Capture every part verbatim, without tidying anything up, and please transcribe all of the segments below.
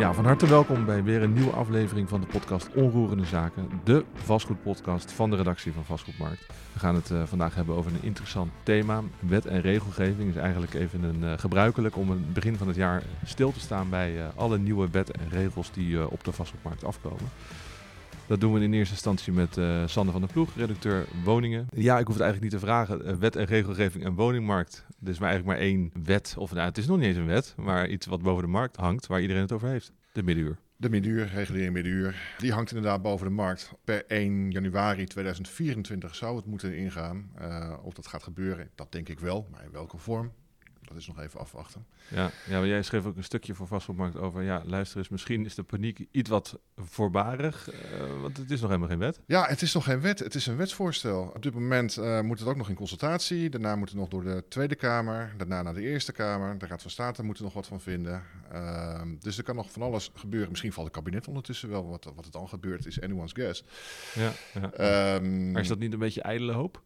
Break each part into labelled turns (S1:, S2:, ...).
S1: Ja, van harte welkom bij weer een nieuwe aflevering van de podcast Onroerende Zaken. De vastgoedpodcast van de redactie van Vastgoedmarkt. We gaan het uh, vandaag hebben over een interessant thema. Wet en regelgeving is eigenlijk even een uh, gebruikelijk om het begin van het jaar stil te staan bij uh, alle nieuwe wetten en regels die uh, op de vastgoedmarkt afkomen. Dat doen we in eerste instantie met uh, Sander van der Ploeg, redacteur woningen. Ja, ik hoef het eigenlijk niet te vragen. Uh, wet en regelgeving en woningmarkt. Er is maar eigenlijk maar één wet, of nou, het is nog niet eens een wet, maar iets wat boven de markt hangt, waar iedereen het over heeft. De middenhuur.
S2: De middenhuur, regulering middenhuur, die hangt inderdaad boven de markt. Per één januari tweeduizend vierentwintig zou het moeten ingaan. Uh, of dat gaat gebeuren, dat denk ik wel, maar in welke vorm? Dat is nog even afwachten.
S1: Ja, ja, maar jij schreef ook een stukje voor Vastgoedmarkt over, ja, luister eens, misschien is de paniek iets wat voorbarig, uh, want het is nog helemaal geen wet.
S2: Ja, het is nog geen wet, het is een wetsvoorstel. Op dit moment uh, moet het ook nog in consultatie, daarna moet het nog door de Tweede Kamer, daarna naar de Eerste Kamer, de Raad van State moet er nog wat van vinden. Uh, dus er kan nog van alles gebeuren. Misschien valt het kabinet ondertussen wel, wat, wat het al gebeurt is anyone's guess.
S1: Ja, ja.
S2: Um,
S1: maar is dat niet een beetje ijdele hoop?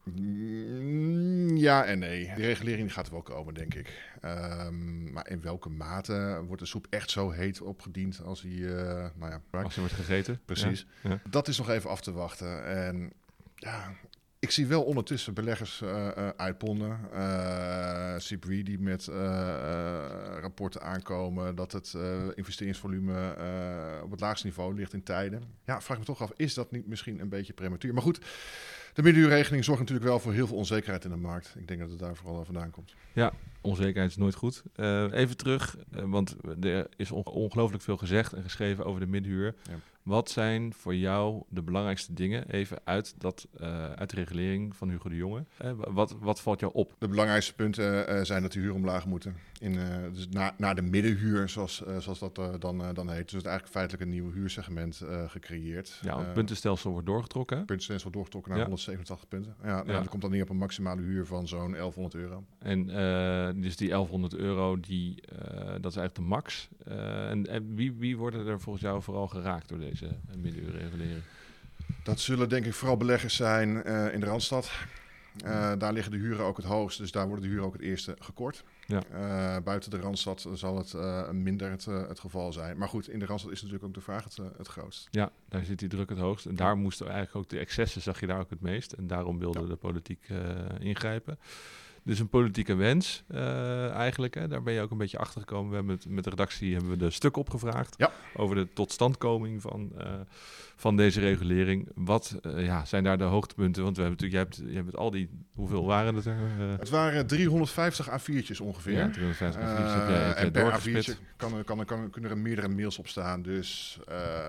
S2: Mm, ja en nee. Die regulering gaat er wel komen, denk ik. Um, maar in welke mate wordt de soep echt zo heet opgediend als hij, uh, nou ja,
S1: als hij wordt gegeten?
S2: Precies.
S1: Ja, ja.
S2: Dat is nog even af te wachten. En ja, ik zie wel ondertussen beleggers uh, uh, uitponden. Uh, Cibri die met uh, uh, rapporten aankomen dat het uh, investeringsvolume uh, op het laagste niveau ligt in tijden. Ja, vraag me toch af, is dat niet misschien een beetje prematuur? Maar goed, de middenhuurregeling zorgt natuurlijk wel voor heel veel onzekerheid in de markt. Ik denk dat het daar vooral vandaan komt.
S1: Ja, onzekerheid is nooit goed. Uh, even terug, uh, want er is on- ongelooflijk veel gezegd en geschreven over de middenhuur. Ja. Wat zijn voor jou de belangrijkste dingen, even uit, dat, uh, uit de regulering van Hugo de Jonge? Uh, wat, wat valt jou op?
S2: De belangrijkste punten uh, zijn dat de huur omlaag moeten. In, uh, dus na, naar de middenhuur, zoals, uh, zoals dat uh, dan, uh, dan heet. Dus het is eigenlijk feitelijk een nieuw huursegment uh, gecreëerd.
S1: Ja, het
S2: uh,
S1: puntenstelsel wordt doorgetrokken. Het
S2: puntenstelsel wordt doorgetrokken naar ja. honderdzevenentachtig punten. Ja, nou,
S1: ja.
S2: Dat komt dan neer op een maximale huur van zo'n elfhonderd euro.
S1: En uh, dus die elfhonderd euro, die, uh, dat is eigenlijk de max. Uh, en en wie, wie worden er volgens jou vooral geraakt door deze middenhuurregulering?
S2: Dat zullen denk ik vooral beleggers zijn uh, in de Randstad. Uh, daar liggen de huren ook het hoogst, dus daar worden de huren ook het eerste gekort. Ja. Uh, buiten de Randstad zal het uh, minder het, uh, het geval zijn. Maar goed, in de Randstad is natuurlijk ook de vraag het, uh, het grootst.
S1: Ja, daar zit die druk het hoogst. En daar moesten eigenlijk ook de excessen, zag je daar ook het meest. En daarom wilde ja. de politiek uh, ingrijpen. Dus een politieke wens uh, eigenlijk. Hè. Daar ben je ook een beetje achter gekomen. We hebben het, met de redactie hebben we de stuk opgevraagd
S2: ja.
S1: over de totstandkoming van, uh, van deze regulering. Wat uh, ja, zijn daar de hoogtepunten? Want we hebben natuurlijk, jij hebt, jij hebt al die, hoeveel waren het er? Uh,
S2: het waren driehonderdvijftig A viertjes ongeveer.
S1: Ja, driehonderdvijftig A viertjes uh, heb jij, heb jij
S2: en per A viertje kan, kan, kan, kunnen er meerdere mails op staan. Dus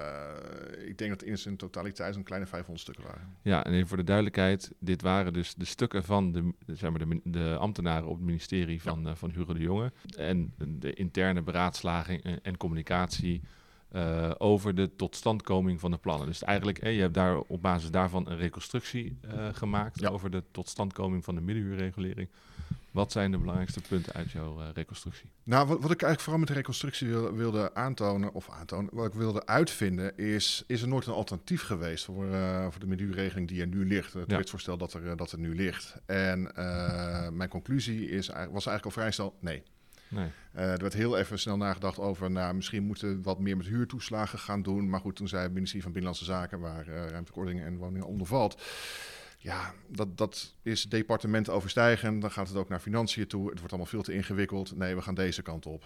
S2: uh, ik denk dat in zijn totaliteit een kleine vijfhonderd stukken waren.
S1: Ja, en even voor de duidelijkheid. Dit waren dus de stukken van de, zeg maar de, de ambtenaren op het ministerie van, ja. uh, van Hugo de Jonge. En de interne beraadslaging en, en communicatie uh, over de totstandkoming van de plannen. Dus eigenlijk, eh, je hebt daar op basis daarvan een reconstructie uh, gemaakt ja. over de totstandkoming van de middenhuurregulering. Wat zijn de belangrijkste punten uit jouw uh, reconstructie?
S2: Nou, wat, wat ik eigenlijk vooral met de reconstructie wilde, wilde aantonen, of aantonen, wat ik wilde uitvinden, is, is er nooit een alternatief geweest voor, uh, voor de middenhuurregeling die er nu ligt. Het ja. wetsvoorstel dat er, uh, dat er nu ligt. En uh, mijn conclusie is, was eigenlijk al vrij snel, nee.
S1: Nee.
S2: Uh, er werd heel even snel nagedacht over, nou, misschien moeten we wat meer met huurtoeslagen gaan doen. Maar goed, toen zei het ministerie van Binnenlandse Zaken, waar uh, ruimtelijke ordening en woningen onder valt. Ja, dat, dat is het departement overstijgen. Dan gaat het ook naar financiën toe. Het wordt allemaal veel te ingewikkeld. Nee, we gaan deze kant op.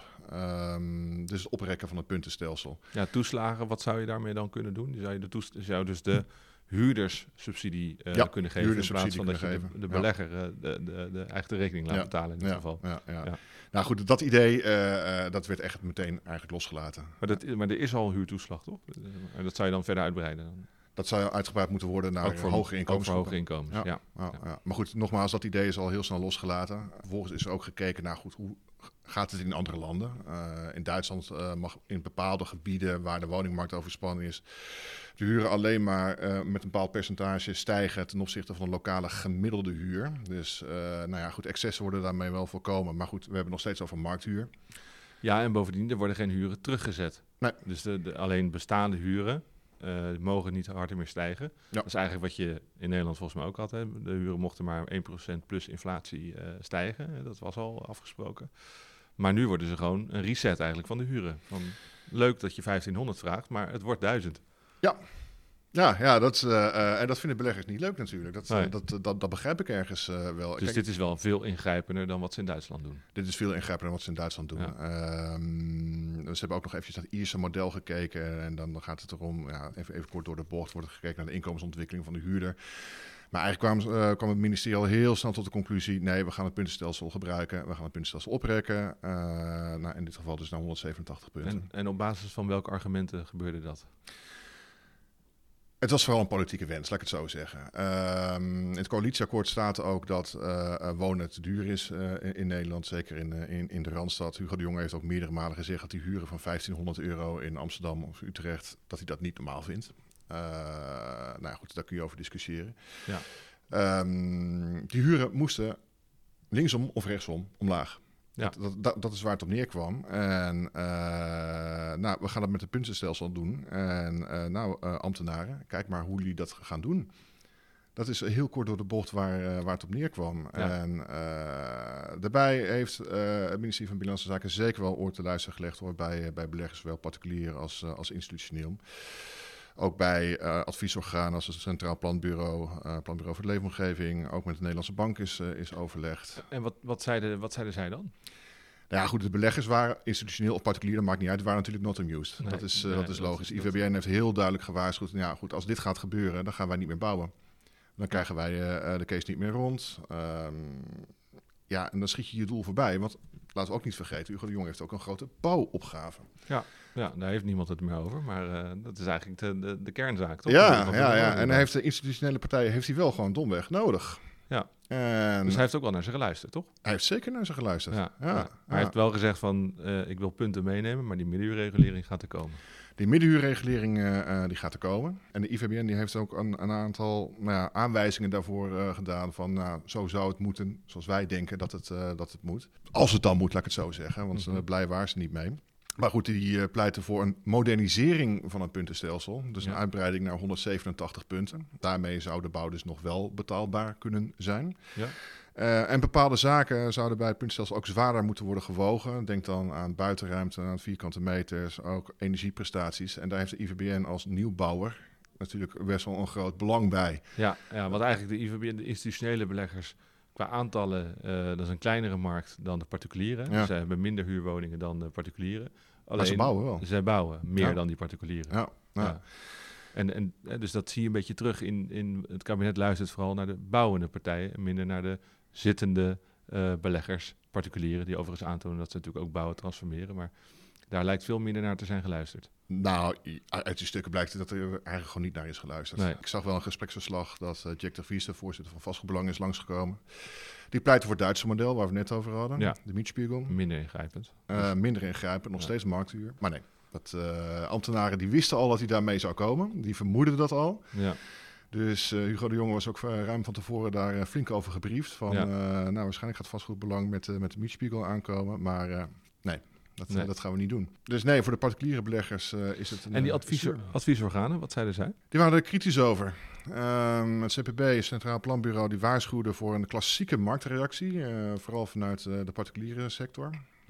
S2: Um, dus het oprekken van het puntenstelsel.
S1: Ja, toeslagen, wat zou je daarmee dan kunnen doen? Zou je, de toest- zou dus de huurderssubsidie uh, ja, kunnen geven in plaats van dat je de, de belegger uh, de, de, de eigen rekening laat ja. betalen in dit
S2: ja.
S1: geval.
S2: Ja, ja. Ja. Nou goed, dat idee, uh, uh, dat werd echt meteen eigenlijk losgelaten.
S1: Maar, dat, maar er is al huurtoeslag, toch? En dat zou je dan verder uitbreiden dan?
S2: Dat zou uitgebreid moeten worden naar
S1: voor,
S2: hoge inkomens.
S1: Ook voor hoge inkomens, ja.
S2: Ja, ja, ja. ja. Maar goed, nogmaals, dat idee is al heel snel losgelaten. Vervolgens is er ook gekeken naar, goed, hoe gaat het in andere landen? Uh, in Duitsland uh, mag in bepaalde gebieden waar de woningmarkt overspannen is, de huren alleen maar uh, met een bepaald percentage stijgen ten opzichte van een lokale gemiddelde huur. Dus, uh, nou ja, goed, excessen worden daarmee wel voorkomen. Maar goed, we hebben nog steeds over markthuur.
S1: Ja, en bovendien, er worden geen huren teruggezet. Nee. Dus de, de, alleen bestaande huren Uh, mogen niet harder meer stijgen. Ja. Dat is eigenlijk wat je in Nederland volgens mij ook had. Hè. De huren mochten maar één procent plus inflatie uh, stijgen. Dat was al afgesproken. Maar nu worden ze gewoon een reset eigenlijk van de huren. Van, leuk dat je vijftienhonderd vraagt, maar het wordt duizend.
S2: Ja. Ja, ja dat, uh, uh, en dat vinden beleggers niet leuk natuurlijk. Dat,
S1: Nee.
S2: uh, dat, dat, dat begrijp ik ergens uh, wel.
S1: Dus
S2: Kijk,
S1: dit is wel veel ingrijpender dan wat ze in Duitsland doen.
S2: Dit is veel ingrijpender dan wat ze in Duitsland doen. Ja. Um, ze hebben ook nog eventjes naar het Ierse model gekeken. En dan gaat het erom, ja, even, even kort door de bocht, wordt er gekeken naar de inkomensontwikkeling van de huurder. Maar eigenlijk kwam, uh, kwam het ministerie al heel snel tot de conclusie, nee, we gaan het puntenstelsel gebruiken. We gaan het puntenstelsel oprekken. Uh, nou, in dit geval dus naar honderdzevenentachtig punten.
S1: En, en op basis van welke argumenten gebeurde dat?
S2: Het was vooral een politieke wens, laat ik het zo zeggen. Um, in het coalitieakkoord staat ook dat uh, wonen te duur is uh, in, in Nederland, zeker in, uh, in, in de Randstad. Hugo de Jonge heeft ook meerdere malen gezegd dat die huren van vijftienhonderd euro in Amsterdam of Utrecht, dat hij dat niet normaal vindt. Uh, nou goed, daar kun je over discussiëren. Ja. Um, die huren moesten linksom of rechtsom omlaag. Ja. Dat, dat, dat, dat is waar het op neerkwam. En uh, nou, we gaan dat met het puntenstelsel doen. En uh, nou, uh, ambtenaren, kijk maar hoe jullie dat gaan doen. Dat is heel kort door de bocht waar, uh, waar het op neerkwam. Ja. En uh, daarbij heeft uh, het ministerie van Binnenlandse Zaken zeker wel oor te luisteren gelegd hoor, bij, uh, bij beleggers, zowel particulier als, uh, als institutioneel. Ook bij uh, adviesorganen als het Centraal Planbureau, uh, Planbureau voor de Leefomgeving, ook met de Nederlandse Bank is, uh, is overlegd.
S1: En wat, wat, zeiden, wat zeiden zij dan?
S2: Nou ja, goed, de beleggers waren institutioneel of particulier, dat maakt niet uit, waren natuurlijk not amused. Nee, dat is, uh, nee, dat is logisch. Dat is, I V B N heeft heel duidelijk gewaarschuwd, nou ja, goed, als dit gaat gebeuren, dan gaan wij niet meer bouwen. Dan krijgen wij uh, de case niet meer rond. Um, ja, en dan schiet je je doel voorbij, want laten we ook niet vergeten, Hugo de Jonge heeft ook een grote bouwopgave.
S1: Ja. Ja, daar heeft niemand het meer over, maar uh, dat is eigenlijk de, de, de kernzaak, toch?
S2: Ja, ja, ja. En hij heeft de institutionele partijen heeft hij wel gewoon domweg nodig.
S1: Ja.
S2: En
S1: dus hij heeft ook wel naar ze geluisterd, toch?
S2: Hij heeft zeker naar ze geluisterd. Ja, ja,
S1: ja.
S2: ja.
S1: Hij heeft wel gezegd van, uh, ik wil punten meenemen, maar die middenhuurregulering gaat er komen.
S2: Die middenhuurregulering uh, die gaat er komen. En de I V B N die heeft ook een, een aantal nou ja, aanwijzingen daarvoor uh, gedaan van, nou, zo zou het moeten, zoals wij denken dat het, uh, dat het moet. Als het dan moet, laat ik het zo zeggen, want mm-hmm. uh, blij waren ze niet mee. Maar goed, die uh, pleiten voor een modernisering van het puntenstelsel. Dus ja. een uitbreiding naar honderdzevenentachtig punten. Daarmee zou de bouw dus nog wel betaalbaar kunnen zijn. Ja. Uh, en bepaalde zaken zouden bij het puntenstelsel ook zwaarder moeten worden gewogen. Denk dan aan buitenruimte, aan vierkante meters, ook energieprestaties. En daar heeft de I V B N als nieuwbouwer natuurlijk best wel een groot belang bij.
S1: Ja, ja, want eigenlijk de I V B N, de institutionele beleggers, qua aantallen, uh, dat is een kleinere markt dan de particulieren. Ja. Ze hebben minder huurwoningen dan de particulieren. Alleen,
S2: maar ze bouwen wel.
S1: Zij bouwen meer ja. dan die particulieren.
S2: Ja, ja. ja.
S1: En, en dus dat zie je een beetje terug in, in het kabinet luistert vooral naar de bouwende partijen en minder naar de zittende uh, beleggers, particulieren, die overigens aantonen dat ze natuurlijk ook bouwen transformeren. Maar daar lijkt veel minder naar te zijn geluisterd.
S2: Nou, uit die stukken blijkt dat er eigenlijk gewoon niet naar is geluisterd. Nee. Ik zag wel een gespreksverslag dat uh, Jack de Vries, de voorzitter van Vastgoedbelang, is langsgekomen. Die pleitte voor het Duitse model, waar we het net over hadden.
S1: Ja.
S2: De Mietspiegel.
S1: Minder ingrijpend.
S2: Uh, minder ingrijpend, nog ja. steeds markthuur. Maar nee, dat, uh, ambtenaren die wisten al dat hij daarmee zou komen. Die vermoedden dat al. Ja. Dus uh, Hugo de Jonge was ook ruim van tevoren daar uh, flink over gebriefd. Van, ja. uh, nou, waarschijnlijk gaat Vastgoedbelang met, uh, met de Mietspiegel aankomen. Maar uh, nee. Dat, nee. dat gaan we niet doen. Dus nee, voor de particuliere beleggers uh, is het... Een,
S1: en die adviesor- adviesorganen, wat zeiden zij?
S2: Die waren er kritisch over. Um, het C P B, het Centraal Planbureau, die waarschuwde voor een klassieke marktreactie. Uh, vooral vanuit uh, de particuliere sector.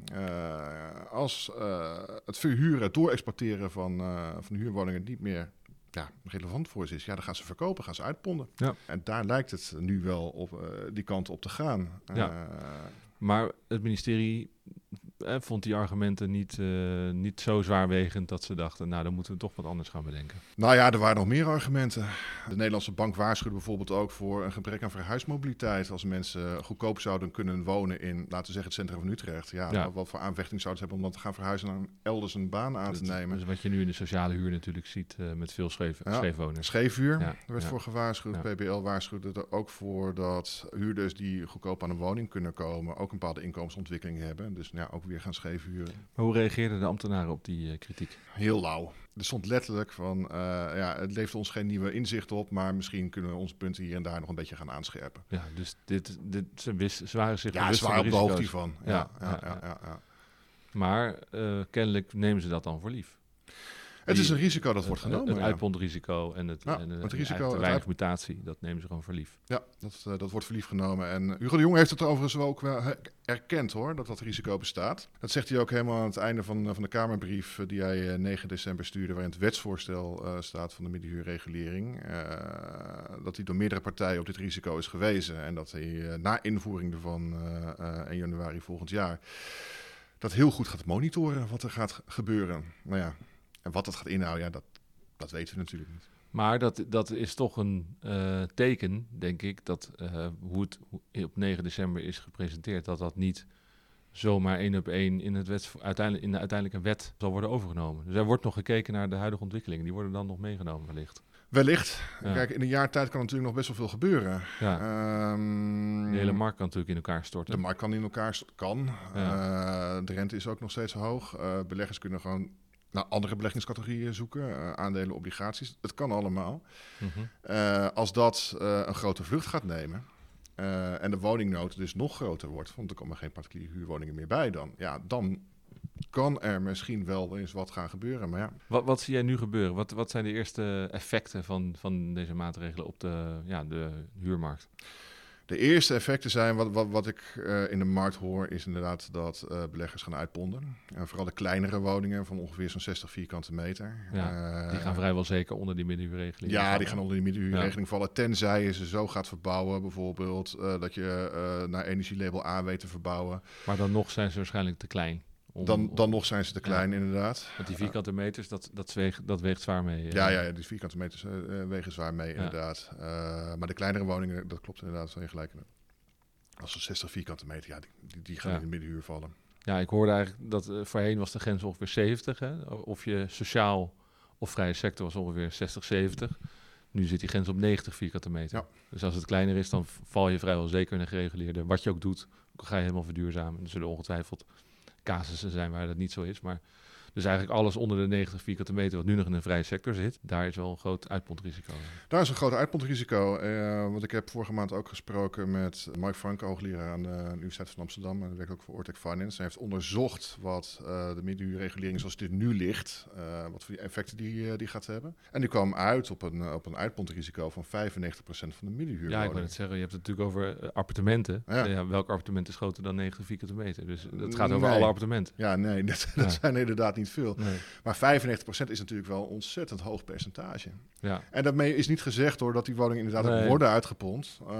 S2: Uh, als uh, het verhuren, het doorexporteren van, uh, van huurwoningen niet meer ja, relevant voor ze is, ja, dan gaan ze verkopen, gaan ze uitponden. Ja. En daar lijkt het nu wel op uh, die kant op te gaan.
S1: Ja. Uh, maar het ministerie eh, vond die argumenten niet, uh, niet zo zwaarwegend dat ze dachten, nou, dan moeten we toch wat anders gaan bedenken.
S2: Nou ja, er waren nog meer argumenten. De Nederlandse Bank waarschuwde bijvoorbeeld ook voor een gebrek aan verhuismobiliteit. Als mensen goedkoop zouden kunnen wonen in, laten we zeggen, het centrum van Utrecht. Ja, ja. Wat voor aanvechting zouden ze hebben om dan te gaan verhuizen naar elders een baan aan te nemen.
S1: Dus wat je nu in de sociale huur natuurlijk ziet uh, met veel scheef,
S2: ja.
S1: scheefwoners.
S2: Scheefhuur,
S1: ja.
S2: daar werd ja. voor gewaarschuwd. Ja. P B L waarschuwde er ook voor dat huurders die goedkoop aan een woning kunnen komen ook een bepaalde inkomensontwikkeling hebben. Dus ja, ook weer gaan scheefhuren.
S1: Maar hoe reageerden de ambtenaren op die uh, kritiek?
S2: Heel lauw. Er stond letterlijk van, uh, ja, het levert ons geen nieuwe inzichten op, maar misschien kunnen we onze punten hier en daar nog een beetje gaan aanscherpen.
S1: Ja, dus dit, dit ze, wist, ze waren zich
S2: ja,
S1: bewust
S2: van de
S1: risico's.
S2: Ja, zwaar op de hoogte van. Ja, ja, ja, ja, ja, ja, ja.
S1: Maar uh, kennelijk nemen ze dat dan voor lief.
S2: Het is een risico dat
S1: het,
S2: wordt genomen.
S1: Het, het
S2: ja.
S1: uitpondrisico en het,
S2: Ja,
S1: en,
S2: het
S1: het
S2: risico,
S1: te
S2: het
S1: weinig
S2: uit-
S1: mutatie, dat nemen ze gewoon voor lief.
S2: Ja, dat, uh, dat wordt voor lief genomen. En Hugo de Jonge heeft het overigens wel ook wel erkend hoor, dat dat risico bestaat. Dat zegt hij ook helemaal aan het einde van, van de Kamerbrief uh, die hij uh, negen december stuurde, waarin het wetsvoorstel uh, staat van de middenhuurregulering. Uh, dat hij door meerdere partijen op dit risico is gewezen. En dat hij uh, na invoering ervan uh, uh, één januari volgend jaar dat heel goed gaat monitoren wat er gaat gebeuren. Nou ja, en wat dat gaat inhouden, ja, dat, dat weten we natuurlijk niet.
S1: Maar dat, dat is toch een uh, teken, denk ik, dat uh, hoe het op negen december is gepresenteerd, dat dat niet zomaar één op één in, het wet, uiteindelijk, in de uiteindelijke wet zal worden overgenomen. Dus er wordt nog gekeken naar de huidige ontwikkelingen. Die worden dan nog meegenomen wellicht.
S2: Wellicht.
S1: Ja.
S2: Kijk, in een jaar tijd kan natuurlijk nog best wel veel gebeuren.
S1: Ja.
S2: Um,
S1: de hele markt kan natuurlijk in elkaar storten.
S2: De markt kan in elkaar st- kan. Ja. Uh, de rente is ook nog steeds hoog. Uh, beleggers kunnen gewoon naar andere beleggingscategorieën zoeken. Uh, aandelen, obligaties. Het kan allemaal.
S1: Mm-hmm.
S2: Uh, als dat uh, een grote vlucht gaat nemen uh, en de woningnood dus nog groter wordt, want er komen geen particuliere huurwoningen meer bij dan, ja, dan kan er misschien wel eens wat gaan gebeuren. Maar ja.
S1: Wat, wat zie jij nu gebeuren? Wat, wat zijn de eerste effecten van, van deze maatregelen op de, ja, de huurmarkt?
S2: De eerste effecten zijn, wat, wat, wat ik uh, in de markt hoor, is inderdaad dat uh, beleggers gaan uitponden. En vooral de kleinere woningen van ongeveer zo'n zestig vierkante meter.
S1: Ja,
S2: uh,
S1: die gaan vrijwel zeker onder die middenhuurregeling.
S2: Ja, die gaan onder die middenhuurregeling
S1: ja.
S2: vallen. Tenzij je ze zo gaat verbouwen, bijvoorbeeld uh, dat je uh, naar energielabel A weet te verbouwen.
S1: Maar dan nog zijn ze waarschijnlijk te klein. Om,
S2: dan,
S1: om,
S2: dan nog zijn ze te klein,
S1: ja.
S2: inderdaad.
S1: Want die vierkante meters, dat, dat, weegt, dat weegt zwaar mee.
S2: Ja, ja, ja, die vierkante meters uh, wegen zwaar mee, ja. inderdaad. Uh, maar de kleinere woningen, dat klopt inderdaad, zo in gelijk. Als er zestig vierkante meter, ja, die, die gaan ja. in de middenhuur vallen.
S1: Ja, ik hoorde eigenlijk dat uh, voorheen was de grens ongeveer zeventig. Hè? Of je sociaal of vrije sector was ongeveer zestig, zeventig. Nu zit die grens op negentig vierkante meter. Ja. Dus als het kleiner is, dan val je vrijwel zeker in een gereguleerde. Wat je ook doet, dan ga je helemaal verduurzamen. Er zullen ongetwijfeld casussen zijn waar dat niet zo is. Maar dus eigenlijk alles onder de negentig vierkante meter wat nu nog in een vrije sector zit, daar is wel een groot uitpondrisico.
S2: Daar is een groot uitpondrisico. Uh, want ik heb vorige maand ook gesproken met Mark Frank, hoogleraar aan de Universiteit van Amsterdam. En dat werkt ook voor Ortec Finance. Hij heeft onderzocht wat uh, de middenhuurregulering zoals dit nu ligt, uh, wat voor die effecten die, uh, die gaat hebben. En die kwam uit op een, uh, op een uitpondrisico van vijfennegentig procent van de middenhuurwoningen.
S1: Ja, ik wil het zeggen, je hebt het natuurlijk over uh, appartementen.
S2: Ja.
S1: Ja, welk appartement is groter dan negentig vierkante meter? Dus het gaat over
S2: nee.
S1: alle appartementen.
S2: Ja, nee, dat, dat ja. zijn inderdaad niet veel.
S1: Nee.
S2: Maar vijfennegentig procent is natuurlijk wel een ontzettend hoog percentage.
S1: Ja.
S2: En daarmee is niet gezegd hoor dat die woningen inderdaad nee. worden uitgepond. Uh,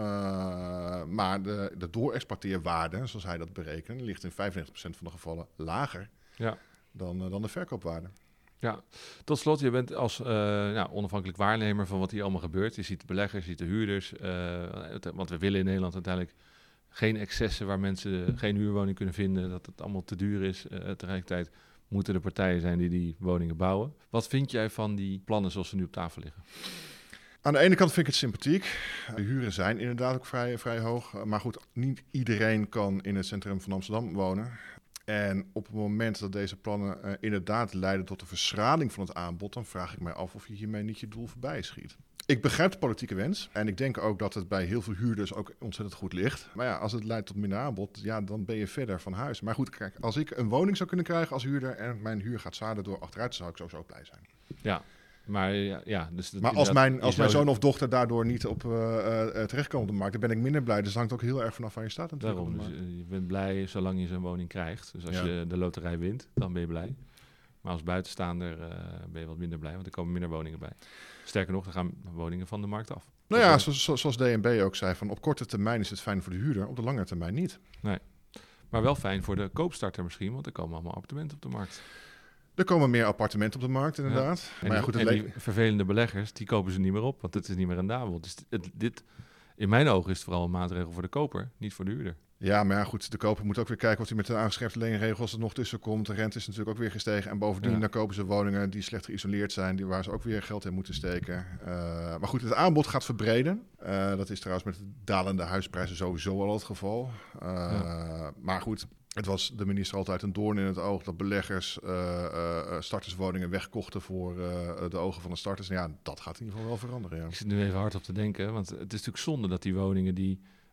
S2: maar de, de doorexporteerwaarde, zoals hij dat berekent, ligt in vijfennegentig procent van de gevallen lager ja. dan, uh, dan de verkoopwaarde.
S1: Ja, tot slot, je bent als uh, nou, onafhankelijk waarnemer van wat hier allemaal gebeurt. Je ziet de beleggers, je ziet de huurders. Uh, want we willen in Nederland uiteindelijk geen excessen waar mensen geen huurwoning kunnen vinden. Dat het allemaal te duur is. Uh, tegelijkertijd moeten er partijen zijn die die woningen bouwen. Wat vind jij van die plannen zoals ze nu op tafel liggen?
S2: Aan de ene kant vind ik het sympathiek. De huren zijn inderdaad ook vrij, vrij hoog. Maar goed, niet iedereen kan in het centrum van Amsterdam wonen. En op het moment dat deze plannen uh, inderdaad leiden tot een verschraling van het aanbod, dan vraag ik mij af of je hiermee niet je doel voorbij schiet. Ik begrijp de politieke wens en ik denk ook dat het bij heel veel huurders ook ontzettend goed ligt. Maar ja, als het leidt tot minder aanbod, ja, dan ben je verder van huis. Maar goed, kijk, als ik een woning zou kunnen krijgen als huurder en mijn huur gaat zwaarder door achteruit, zou ik sowieso ook blij zijn.
S1: Ja. Maar, ja, ja, dus
S2: maar als mijn, als mijn zoon of dochter daardoor niet op uh, uh, terechtkomt op de markt, dan ben ik minder blij. Dus het hangt ook heel erg vanaf waar je staat.
S1: Daarom, dus, uh, je bent blij zolang je zo'n woning krijgt. Dus als ja. je de loterij wint, dan ben je blij. Maar als buitenstaander uh, ben je wat minder blij, want er komen minder woningen bij. Sterker nog, dan gaan woningen van de markt af.
S2: Nou ja, zo, zo, zoals D N B ook zei, van op korte termijn is het fijn voor de huurder, op de lange termijn niet.
S1: Nee, maar wel fijn voor de koopstarter misschien, want er komen allemaal appartementen op de markt.
S2: Er komen meer appartementen op de markt, inderdaad.
S1: Ja.
S2: Maar
S1: en,
S2: ja, goed, het
S1: en
S2: le-
S1: die vervelende beleggers, die kopen ze niet meer op, want het is niet meer rendabel. Dus het, dit, in mijn ogen is het vooral een maatregel voor de koper, niet voor de huurder.
S2: Ja, maar ja, goed, de koper moet ook weer kijken wat hij met de aangescherpte leenregels er nog tussen komt. De rente is natuurlijk ook weer gestegen. En bovendien, ja. dan kopen ze woningen die slecht geïsoleerd zijn, die waar ze ook weer geld in moeten steken. Uh, maar goed, het aanbod gaat verbreden. Uh, dat is trouwens met de dalende huisprijzen sowieso al het geval. Uh, ja. Maar goed, het was de minister altijd een doorn in het oog dat beleggers uh, uh, starterswoningen wegkochten voor uh, de ogen van de starters. En ja, dat gaat in ieder geval wel veranderen. Ja.
S1: Ik zit nu even hard op te denken, want het is natuurlijk zonde dat die woningen die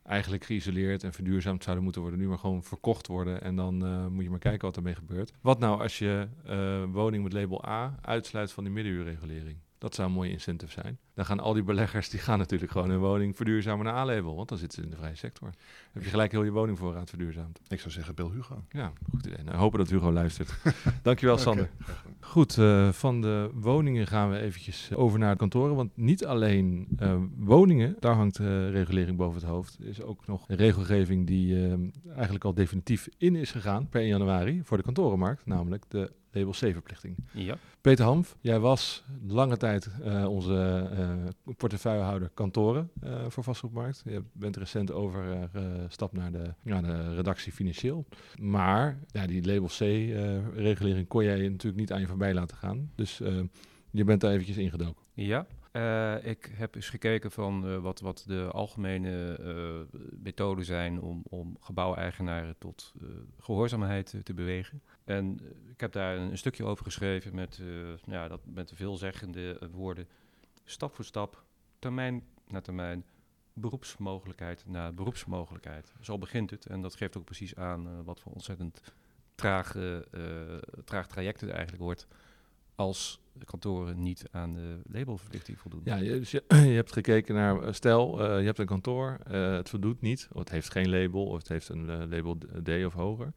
S1: eigenlijk geïsoleerd en verduurzaamd zouden moeten worden, nu maar gewoon verkocht worden. En dan uh, moet je maar kijken wat ermee gebeurt. Wat nou als je uh, woning met label A uitsluit van die middenhuurregulering? Dat zou een mooie incentive zijn. Dan gaan al die beleggers, die gaan natuurlijk gewoon hun woning verduurzamen naar A-label. Want dan zitten ze in de vrije sector. Dan heb je gelijk heel je woningvoorraad verduurzaamd.
S2: Ik zou zeggen, bel Hugo.
S1: Ja, goed idee. Nou, hopen dat Hugo luistert. Dankjewel, Sander. Okay. Goed, uh, van de woningen gaan we eventjes over naar de kantoren. Want niet alleen uh, woningen, daar hangt uh, regulering boven het hoofd. Er is ook nog een regelgeving die uh, eigenlijk al definitief in is gegaan per één januari voor de kantorenmarkt. Namelijk de label C-verplichting.
S3: Ja.
S1: Peter Hamf, jij was lange tijd uh, onze uh, portefeuillehouder kantoren uh, voor Vastgoedmarkt. Je bent recent overgestapt uh, naar de, ja, de redactie financieel. Maar ja, die label C-regulering uh, kon jij natuurlijk niet aan je voorbij laten gaan. Dus uh, je bent daar eventjes ingedoken.
S3: Ja. Uh, ik heb eens gekeken van uh, wat, wat de algemene uh, methoden zijn om, om gebouweigenaren tot uh, gehoorzaamheid uh, te bewegen. En uh, ik heb daar een, een stukje over geschreven met, uh, ja, dat, met de veelzeggende uh, woorden. Stap voor stap, termijn na termijn, beroepsmogelijkheid na beroepsmogelijkheid. Zo begint het en dat geeft ook precies aan uh, wat voor ontzettend traag, uh, traag traject het eigenlijk wordt als de kantoren niet aan de labelverplichting voldoen.
S1: Ja, je, dus je, je hebt gekeken naar, stel, uh, je hebt een kantoor, uh, het voldoet niet, of het heeft geen label, of het heeft een uh, label D of hoger.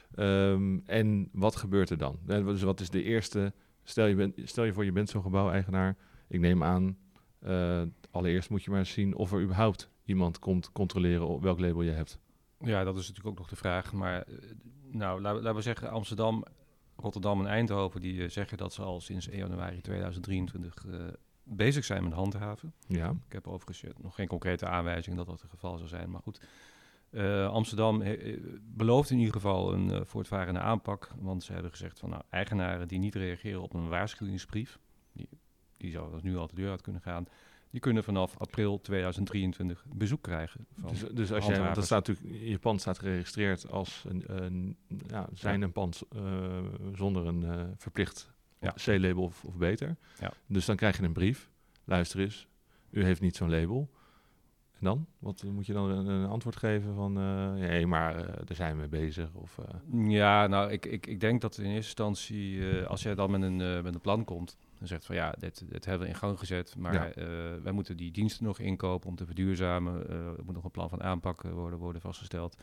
S1: Um, en wat gebeurt er dan? Dus wat is de eerste, stel je, bent, stel je voor je bent zo'n gebouweigenaar, ik neem aan, uh, allereerst moet je maar eens zien of er überhaupt iemand komt controleren op welk label je hebt.
S3: Ja, dat is natuurlijk ook nog de vraag, maar uh, nou, laten, laten we zeggen Amsterdam, Rotterdam en Eindhoven, die uh, zeggen dat ze al sinds één januari tweeduizend drieëntwintig uh, bezig zijn met handhaven.
S1: Ja.
S3: Ik heb overigens uh, nog geen concrete aanwijzing dat dat het geval zou zijn, maar goed. Uh, Amsterdam he, belooft in ieder geval een uh, voortvarende aanpak, want ze hebben gezegd van nou, eigenaren die niet reageren op een waarschuwingsbrief, die, die zou dat nu al de deur uit kunnen gaan, die kunnen vanaf april tweeduizend drieëntwintig bezoek krijgen. Van
S1: dus, dus als jij, want dat staat natuurlijk, je pand staat geregistreerd als een, een ja, zijn ja. een pand uh, zonder een uh, verplicht ja. C-label of, of beter.
S3: Ja.
S1: Dus dan krijg je een brief. Luister eens, u heeft niet zo'n label. En dan? Wat moet je dan een, een antwoord geven van, uh, nee, maar uh, daar zijn we mee bezig? Of, uh...
S3: Ja, nou, ik, ik, ik denk dat in eerste instantie, uh, als jij dan met een, uh, met een plan komt en zegt van ja, dit, dit hebben we in gang gezet, maar ja. uh, wij moeten die diensten nog inkopen om te verduurzamen. Uh, er moet nog een plan van aanpak uh, worden, worden vastgesteld.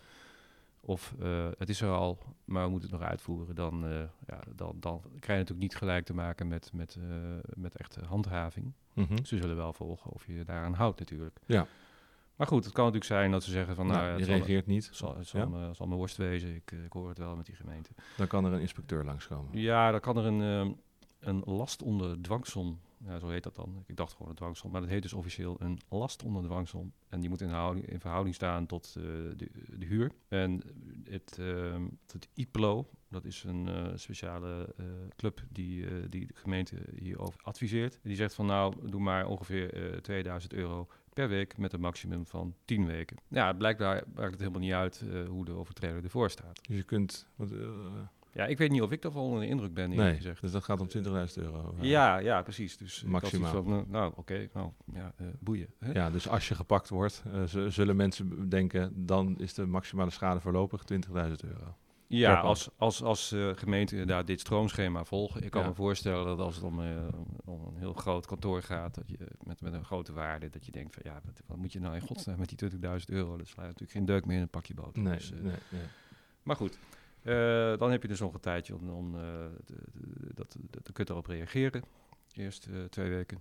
S3: Of uh, het is er al, maar we moeten het nog uitvoeren. Dan, uh, ja, dan, dan krijg je natuurlijk niet gelijk te maken met, met, uh, met echte handhaving.
S1: Mm-hmm.
S3: Ze zullen wel volgen of je je daaraan houdt natuurlijk.
S1: Ja.
S3: Maar goed, het kan natuurlijk zijn dat ze zeggen van...
S1: Nou,
S3: nou,
S1: je
S3: het
S1: reageert
S3: zal,
S1: niet.
S3: Het zal, het zal, ja? me, zal me worst wezen, ik, ik hoor het wel met die gemeente.
S1: Dan kan er een inspecteur langskomen.
S3: Ja, dan kan er een, uh, een last onder dwangsom... Ja, zo heet dat dan. Ik dacht gewoon een dwangsom, maar dat heet dus officieel een last onder dwangsom. En die moet in, houding, in verhouding staan tot uh, de, de huur. En het, uh, het I P L O, dat is een uh, speciale uh, club die, uh, die de gemeente hierover adviseert. En die zegt van nou, doe maar ongeveer uh, tweeduizend euro per week met een maximum van tien weken. Ja, blijkbaar maakt het helemaal niet uit uh, hoe de overtreder ervoor staat.
S1: Dus je kunt... Wat, uh,
S3: ja, ik weet niet of ik daarvan onder de indruk ben,
S1: nee,
S3: gezegd.
S1: Dus dat gaat om twintigduizend euro.
S3: Uh, ja, ja, precies. Dus
S1: maximaal.
S3: Van, uh, nou, oké, okay, nou, ja, uh, boeien. Hè?
S1: Ja, dus als je gepakt wordt, uh, z- zullen mensen denken, dan is de maximale schade voorlopig twintigduizend euro.
S3: Ja, als, als, als uh, gemeenten inderdaad dit stroomschema volgen. Ik kan ja. me voorstellen dat als het om, uh, om een heel groot kantoor gaat, dat je met, met een grote waarde, dat je denkt van ja, wat, wat moet je nou in godsnaam met die twintigduizend euro? Dat slaat natuurlijk geen deuk meer in een pakje boter.
S1: Nee,
S3: dus, uh,
S1: nee, nee.
S3: Maar goed, uh, dan heb je dus nog een tijdje om, om uh, de, de, dat, de, de kut erop reageren. Eerst uh, twee weken.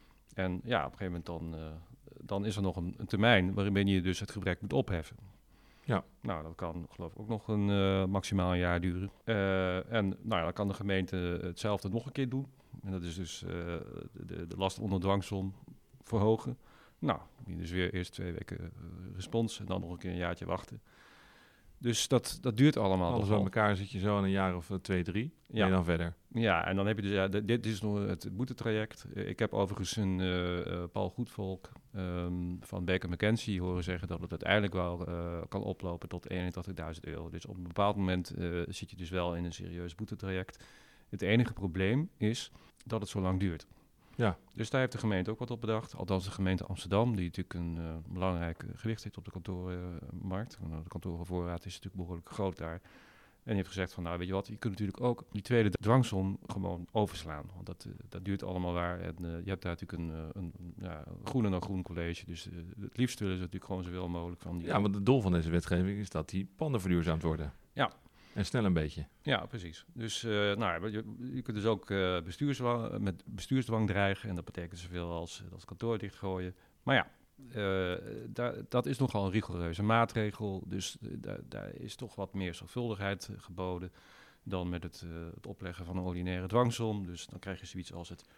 S3: En ja, op een gegeven moment dan, uh, dan is er nog een, een termijn waarin je dus het gebrek moet opheffen.
S1: Ja.
S3: Nou, dat kan geloof ik ook nog een uh, maximaal een jaar duren. Uh, en nou ja, dan kan de gemeente hetzelfde nog een keer doen. En dat is dus uh, de, de last onder dwangsom verhogen. Nou, dus weer eerst twee weken uh, respons en dan nog een keer een jaartje wachten. Dus dat, dat duurt allemaal.
S1: Alles bij elkaar zit je zo aan een jaar of uh, twee, drie. Ja. En dan verder.
S3: Ja, en dan heb je dus, ja, d- dit is nog het boetetraject. Uh, ik heb overigens een uh, uh, Paul Goedvolk um, van Baker McKenzie horen zeggen dat het uiteindelijk wel uh, kan oplopen tot eenentachtigduizend euro. Dus op een bepaald moment uh, zit je dus wel in een serieus boetetraject. Het enige probleem is dat het zo lang duurt.
S1: Ja.
S3: Dus daar heeft de gemeente ook wat op bedacht. Althans de gemeente Amsterdam, die natuurlijk een uh, belangrijk gewicht heeft op de kantorenmarkt. Uh, de kantorenvoorraad is natuurlijk behoorlijk groot daar. En die heeft gezegd van, nou weet je wat, je kunt natuurlijk ook die tweede dwangsom gewoon overslaan. Want dat, uh, dat duurt allemaal waar. En uh, je hebt daar natuurlijk een, uh, een, een ja, groen en een groen college. Dus uh, het liefst willen ze natuurlijk gewoon zoveel mogelijk van die...
S1: Ja, want het doel van deze wetgeving is dat die panden verduurzaamd worden.
S3: Ja.
S1: En snel een beetje.
S3: Ja, precies. Dus uh, nou, je, je kunt dus ook uh, bestuursdwang, met bestuursdwang dreigen. En dat betekent zoveel als dat kantoor dichtgooien. Maar ja, uh, da, dat is nogal een rigoureuze maatregel. Dus uh, da, daar is toch wat meer zorgvuldigheid uh, geboden dan met het, uh, het opleggen van een ordinaire dwangsom. Dus dan krijg je zoiets als het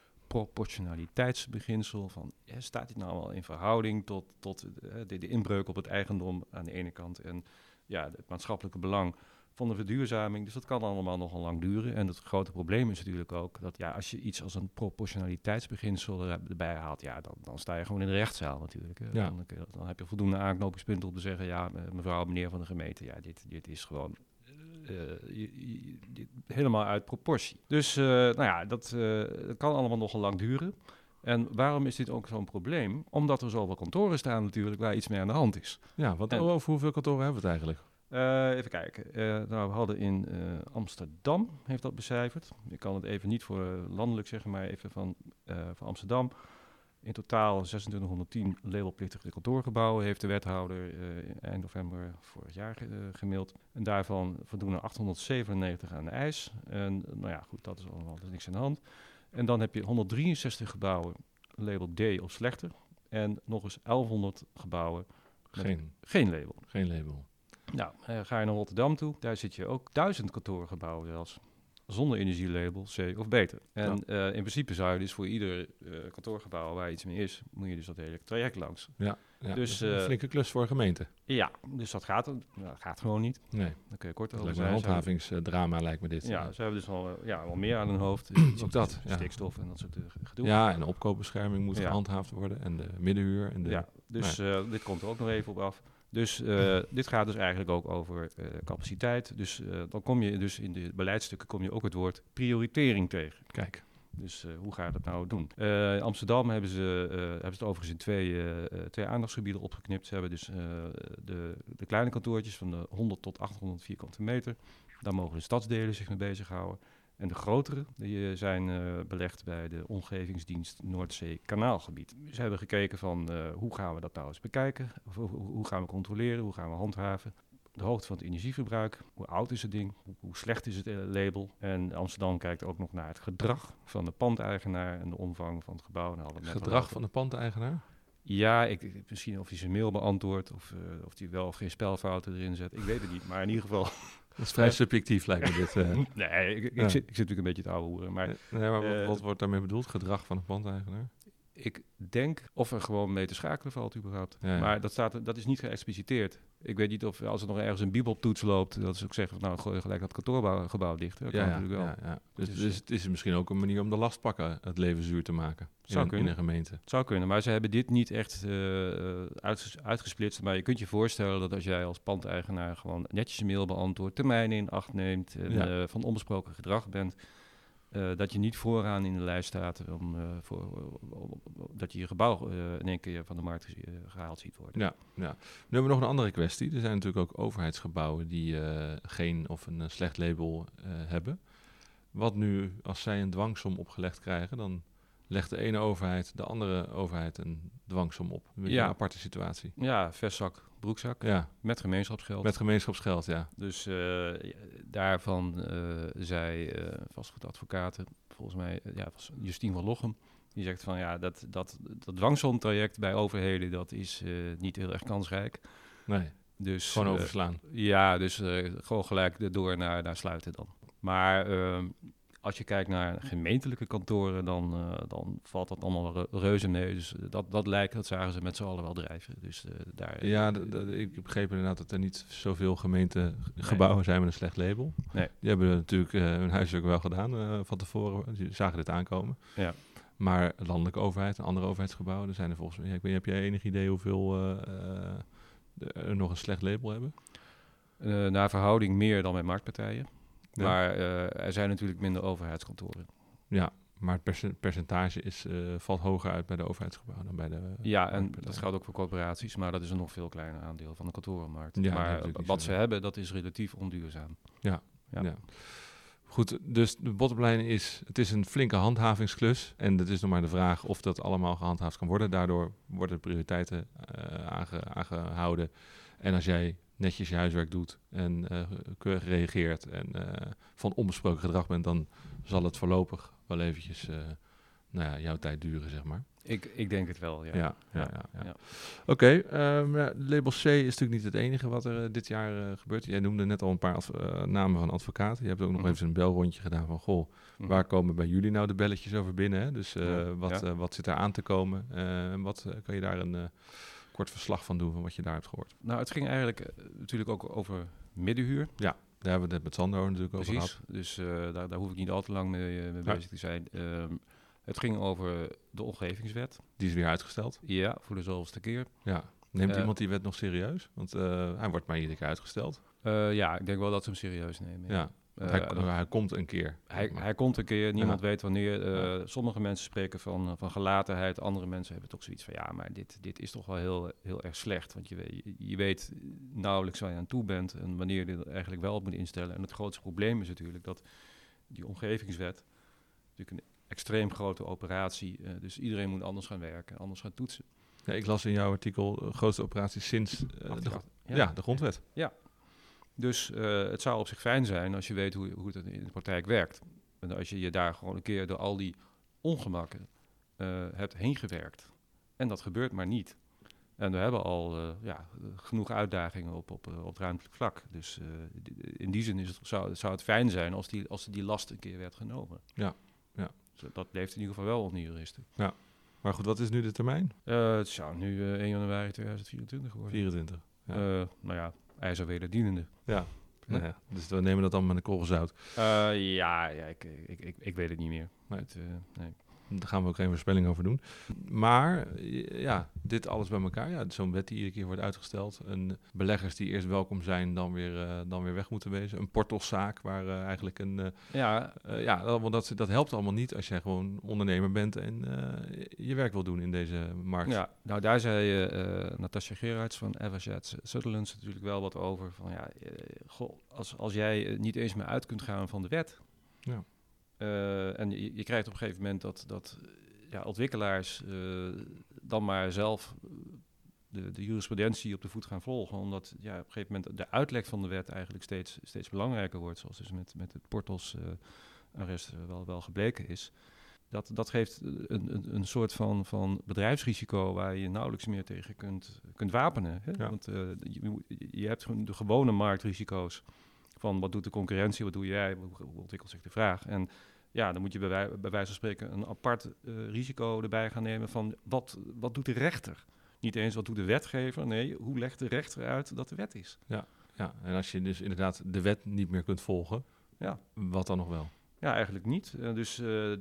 S3: proportionaliteitsbeginsel. Van, ja, staat dit nou al in verhouding tot, tot uh, de, de inbreuk op het eigendom aan de ene kant en ja, het maatschappelijke belang van de verduurzaming. Dus dat kan allemaal nogal lang duren. En het grote probleem is natuurlijk ook dat ja, als je iets als een proportionaliteitsbeginsel er, erbij haalt, ja, dan, dan sta je gewoon in de rechtszaal natuurlijk.
S1: Ja.
S3: Dan, dan heb je voldoende aanknopingspunten om te zeggen, ja, mevrouw, meneer van de gemeente, ja, dit, dit is gewoon uh, je, je, dit, helemaal uit proportie. Dus uh, nou ja, dat, uh, dat kan allemaal nogal lang duren. En waarom is dit ook zo'n probleem? Omdat er zoveel kantoren staan natuurlijk waar iets mee aan de hand is.
S1: Ja, wat,
S3: en,
S1: over hoeveel kantoren hebben we het eigenlijk?
S3: Uh, even kijken. Uh, nou, we hadden in uh, Amsterdam, heeft dat becijferd. Ik kan het even niet voor uh, landelijk zeggen, maar even van, uh, van Amsterdam. In totaal zesentwintighonderdtien labelplichtige kantoorgebouwen heeft de wethouder uh, eind november vorig jaar uh, gemaild. En daarvan voldoen er achthonderdzevenennegentig aan de eis. En nou ja, goed, dat is allemaal, er is niks aan de hand. En dan heb je honderddrieënzestig gebouwen label D of slechter. En nog eens elfhonderd gebouwen met
S1: geen,
S3: geen label.
S1: Geen label.
S3: Nou, uh, ga je naar Rotterdam toe, daar zit je ook duizend kantoorgebouwen zelfs, zonder energielabel C of beter. En ja. uh, in principe zou je dus voor ieder uh, kantoorgebouw waar iets mee is, moet je dus dat hele traject langs.
S1: Ja, ja
S3: dus,
S1: dat is een uh, flinke klus voor een gemeente.
S3: Ja, dus dat gaat, nou, dat gaat gewoon niet.
S1: Nee.
S3: Dan kun je kort over
S1: zijn.
S3: zijn.
S1: Een handhavingsdrama lijkt me dit.
S3: Ja,
S1: ja.
S3: ze hebben dus al, uh, ja, wel meer aan hun hoofd.
S1: Ook dat, ja.
S3: Stikstof en dat soort uh, gedoe.
S1: Ja, en de opkoopbescherming moet
S3: ja.
S1: gehandhaafd worden en de middenhuur. En de,
S3: ja, dus nee. uh, dit komt er ook nog even op af. Dus uh, dit gaat dus eigenlijk ook over uh, capaciteit. Dus uh, dan kom je dus in de beleidsstukken kom je ook het woord prioritering tegen.
S1: Kijk.
S3: Dus uh, hoe ga je dat nou doen? Uh, in Amsterdam hebben ze, uh, hebben ze het overigens in twee, uh, twee aandachtsgebieden opgeknipt. Ze hebben dus uh, de, de kleine kantoortjes van de honderd tot achthonderd vierkante meter. Daar mogen de stadsdelen zich mee bezighouden. En de grotere die zijn uh, belegd bij de Omgevingsdienst Noordzee-Kanaalgebied. Ze hebben gekeken van uh, hoe gaan we dat nou eens bekijken? Of, hoe, hoe gaan we controleren? Hoe gaan we handhaven? De hoogte van het energieverbruik. Hoe oud is het ding? Hoe, hoe slecht is het uh, label? En Amsterdam kijkt ook nog naar het gedrag van de pandeigenaar en de omvang van het gebouw. Nou,
S1: het gedrag van de pandeigenaar?
S3: Ja, ik, ik, misschien of hij zijn mail beantwoordt of, uh, of hij wel of geen spelfouten erin zet. Ik weet het niet, maar in ieder geval...
S1: Dat is vrij subjectief, lijkt me dit. Uh.
S3: nee, ik, ik,
S1: ja.
S3: zit, ik zit natuurlijk een beetje het oude hoeren. Maar,
S1: nee, maar wat,
S3: uh,
S1: wat wordt daarmee bedoeld? Gedrag van een pandeigenaar?
S3: Ik denk of er gewoon mee te schakelen valt überhaupt.
S1: Ja, ja.
S3: Maar dat, staat, dat is niet geëxpliciteerd. Ik weet niet of als er nog ergens een bibeltoets loopt, dat ze ook zeggen van nou gooi gelijk dat kantoorgebouw dicht. Dat
S1: ja,
S3: kan
S1: ja,
S3: natuurlijk wel.
S1: Ja, ja. Dus, dus, dus het is misschien ook een manier om de lastpakken het leven zuur te maken.
S3: Zou
S1: in,
S3: kunnen.
S1: in een gemeente.
S3: Zou kunnen, maar ze hebben dit niet echt uh, uit, uitgesplitst. Maar je kunt je voorstellen dat als jij als pandeigenaar gewoon netjes een mail beantwoordt, termijnen in acht neemt en ja. uh, van onbesproken gedrag bent, Uh, dat je niet vooraan in de lijst staat om, uh, voor, uh, dat je je gebouw uh, in één keer van de markt uh, gehaald ziet worden.
S1: Ja, ja. Nu hebben we nog een andere kwestie. Er zijn natuurlijk ook overheidsgebouwen die uh, geen of een uh, slecht label uh, hebben. Wat nu, als zij een dwangsom opgelegd krijgen, dan legt de ene overheid de andere overheid een dwangsom op. Een beetje
S3: ja.
S1: een aparte situatie.
S3: Ja, vestzak, broekzak,
S1: ja.
S3: met gemeenschapsgeld.
S1: Met gemeenschapsgeld, ja.
S3: Dus uh, daarvan uh, zei uh, vastgoedadvocaten, volgens mij, uh, ja, was Justine van Lochem, die zegt van ja, dat, dat, dat dwangsomtraject bij overheden, dat is uh, niet heel erg kansrijk.
S1: Nee,
S3: dus,
S1: gewoon
S3: uh,
S1: overslaan.
S3: Ja, dus uh, gewoon gelijk door naar, naar sluiten dan. Maar uh, als je kijkt naar gemeentelijke kantoren, dan, uh, dan valt dat allemaal re- reuze mee. Dus uh, dat, dat lijkt, dat zagen ze met z'n allen wel drijven. Dus, uh, daar,
S1: ja, d- d- ik begreep inderdaad dat er niet zoveel gemeentegebouwen nee. zijn met een slecht label.
S3: Nee.
S1: Die hebben natuurlijk uh, hun huiswerk wel gedaan uh, van tevoren. Die zagen dit aankomen.
S3: Ja.
S1: Maar landelijke overheid en andere overheidsgebouwen, er zijn er volgens mij... Ja, ik weet, heb jij enig idee hoeveel uh, uh, er nog een slecht label hebben?
S3: Uh, naar verhouding meer dan bij marktpartijen.
S1: Ja.
S3: Maar uh, er zijn natuurlijk minder overheidskantoren.
S1: Ja, Maar het perce- percentage is, uh, valt hoger uit bij de overheidsgebouwen dan bij de...
S3: Ja, en dat geldt ook voor corporaties, maar dat is een nog veel kleiner aandeel van de kantorenmarkt.
S1: Ja,
S3: maar
S1: nee,
S3: wat ze hebben, dat is relatief onduurzaam.
S1: Ja,
S3: ja.
S1: ja. Goed, dus de bottomline is, het is een flinke handhavingsklus. En het is nog maar de vraag of dat allemaal gehandhaafd kan worden. Daardoor worden de prioriteiten uh, aange, aangehouden. En als jij netjes je huiswerk doet en uh, keurig reageert en uh, van onbesproken gedrag bent, dan zal het voorlopig wel eventjes uh, nou ja, jouw tijd duren, zeg maar.
S3: Ik, ik denk het wel, ja.
S1: ja, ja, ja, ja.
S3: ja.
S1: Oké, okay, um, ja, label C is natuurlijk niet het enige wat er uh, dit jaar uh, gebeurt. Jij noemde net al een paar adv- uh, namen van advocaten. Je hebt ook nog mm-hmm. even een belrondje gedaan van, goh, mm-hmm. waar komen bij jullie nou de belletjes over binnen? Hè? Dus uh, ja, wat, ja. uh, wat zit er aan te komen? En uh, wat uh, kan je daar een uh, kort verslag van doen van wat je daar hebt gehoord?
S3: Nou, het ging eigenlijk uh, natuurlijk ook over middenhuur.
S1: Ja, daar hebben we het met Sander natuurlijk
S3: Precies,
S1: over gehad.
S3: Dus uh, daar, daar hoef ik niet al te lang mee, uh, mee ja. bezig te zijn. Uh, Het ging over de omgevingswet.
S1: Die is weer uitgesteld.
S3: Ja, voor de zoveelste keer.
S1: Ja. Neemt
S3: uh,
S1: iemand die wet nog serieus? Want uh, hij wordt maar iedere keer uitgesteld.
S3: Uh, ja, ik denk wel dat ze hem serieus nemen.
S1: Ja, ja. Uh, hij, uh, hij komt een keer.
S3: Hij, hij komt een keer, niemand
S1: ja.
S3: weet wanneer. Uh,
S1: ja.
S3: Sommige mensen spreken van, van gelatenheid. Andere mensen hebben toch zoiets van, ja, maar dit, dit is toch wel heel, heel erg slecht. Want je weet, je weet nauwelijks waar je aan toe bent en wanneer je er eigenlijk wel op moet instellen. En het grootste probleem is natuurlijk dat die omgevingswet natuurlijk een extreem grote operatie. Uh, dus iedereen moet anders gaan werken, anders gaan toetsen.
S1: Ja, ik las in jouw artikel uh, grootste operatie sinds uh, de, ja. Ja, de grondwet.
S3: Ja, dus uh, het zou op zich fijn zijn als je weet hoe, hoe het in de praktijk werkt. En als je je daar gewoon een keer door al die ongemakken uh, hebt heen gewerkt. En dat gebeurt maar niet. En we hebben al uh, ja, genoeg uitdagingen op, op, op het ruimtelijk vlak. Dus uh, in die zin is het, zou, zou het fijn zijn als die, als die last een keer werd genomen.
S1: Ja, ja.
S3: Dat leeft in ieder geval wel onder juristen.
S1: Ja, maar goed, wat is nu de termijn?
S3: Uh, het zou nu uh, één januari tweeduizend vierentwintig worden.
S1: vierentwintig, ja.
S3: Uh, nou ja, ijzer wederdienende.
S1: Ja, hm? nou ja, dus we nemen dat dan met een korrel zout.
S3: Uh, ja, ja ik, ik, ik, ik weet het niet meer.
S1: Nee.
S3: Het, uh, nee.
S1: Daar gaan we ook geen voorspelling over doen. Maar ja, dit alles bij elkaar. Ja, zo'n wet die iedere keer wordt uitgesteld. Een beleggers die eerst welkom zijn, dan weer, uh, dan weer weg moeten wezen. Een portoszaak waar uh, eigenlijk een... Uh,
S3: ja,
S1: uh, ja want dat, dat helpt allemaal niet als jij gewoon ondernemer bent en uh, je werk wil doen in deze markt.
S3: Ja, nou daar zei uh, Natasja Gerards van Eversheds Sutherland natuurlijk wel wat over. Van ja, uh, goh, als, als jij uh, niet eens meer uit kunt gaan van de wet...
S1: Ja.
S3: Uh, en je, je krijgt op een gegeven moment dat, dat ja, ontwikkelaars uh, dan maar zelf de, de jurisprudentie op de voet gaan volgen. Omdat ja, op een gegeven moment de uitleg van de wet eigenlijk steeds, steeds belangrijker wordt. Zoals dus met, met het Portos-arrest uh, wel, wel gebleken is. Dat, dat geeft een, een, een soort van, van bedrijfsrisico waar je nauwelijks meer tegen kunt, kunt wapenen. Hè? Ja. Want uh, je, je hebt de gewone marktrisico's. Van wat doet de concurrentie, wat doe jij, hoe ontwikkelt zich de vraag. En ja, dan moet je bij, wij, bij wijze van spreken een apart uh, risico erbij gaan nemen van wat, wat doet de rechter? Niet eens wat doet de wetgever, nee, hoe legt de rechter uit dat de wet is?
S1: Ja, ja. En als je dus inderdaad de wet niet meer kunt volgen, ja. Wat dan nog wel?
S3: Ja, eigenlijk niet. Uh, dus uh, de,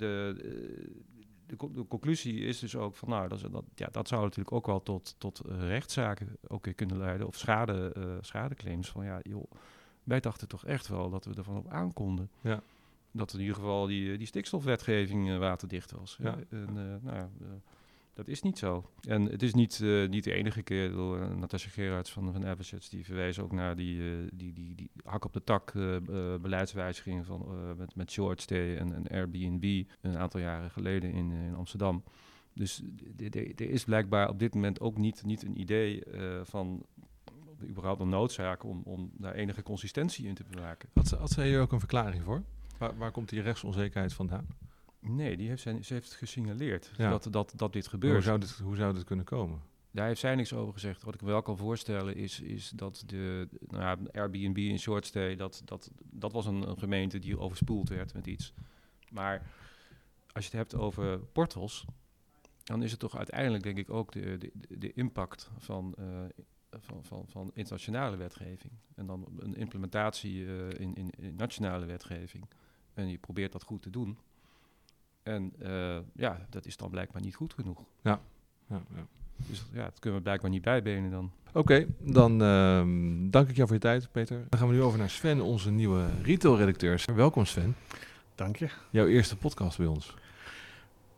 S3: de, de conclusie is dus ook van, nou, dat, dat, ja, dat zou natuurlijk ook wel tot, tot uh, rechtszaken ook weer kunnen leiden, of schade, uh, schadeclaims van, ja, joh, wij dachten toch echt wel dat we ervan op aankonden.
S1: Ja.
S3: Dat in ieder geval die, die stikstofwetgeving uh, waterdicht was.
S1: Ja.
S3: En, uh, nou ja, uh, dat is niet zo. En het is niet, uh, niet de enige keer. Door uh, Natasja Gerards van, van Eversheds, die verwees ook naar die, uh, die, die, die hak op de tak uh, uh, beleidswijziging van, uh, met, met short stay en, en Airbnb een aantal jaren geleden in, uh, in Amsterdam. Dus er is blijkbaar op dit moment ook niet, niet een idee uh, van... überhaupt een noodzaak om, om daar enige consistentie in te bewaken.
S1: Had ze, had ze hier ook een verklaring voor? Waar, waar komt die rechtsonzekerheid vandaan?
S3: Nee, die heeft zij, ze heeft het gesignaleerd
S1: ja.
S3: dat, dat, dat dit gebeurt.
S1: Hoe zou dit, hoe zou dit kunnen komen?
S3: Daar heeft zij niks over gezegd. Wat ik me wel kan voorstellen is, is dat de nou ja, Airbnb in short stay, dat, dat, dat was een, een gemeente die overspoeld werd met iets. Maar als je het hebt over portals, dan is het toch uiteindelijk denk ik ook de, de, de impact van... Uh, Van, van, van internationale wetgeving. En dan een implementatie uh, in, in, in nationale wetgeving. En je probeert dat goed te doen. En uh, ja, dat is dan blijkbaar niet goed genoeg.
S1: Ja. ja, ja.
S3: Dus ja, dat kunnen we blijkbaar niet bijbenen dan.
S1: Oké, okay, dan uh, dank ik jou voor je tijd, Peter. Dan gaan we nu over naar Sven, onze nieuwe retailredacteur. Welkom Sven.
S4: Dank je.
S1: Jouw eerste podcast bij ons.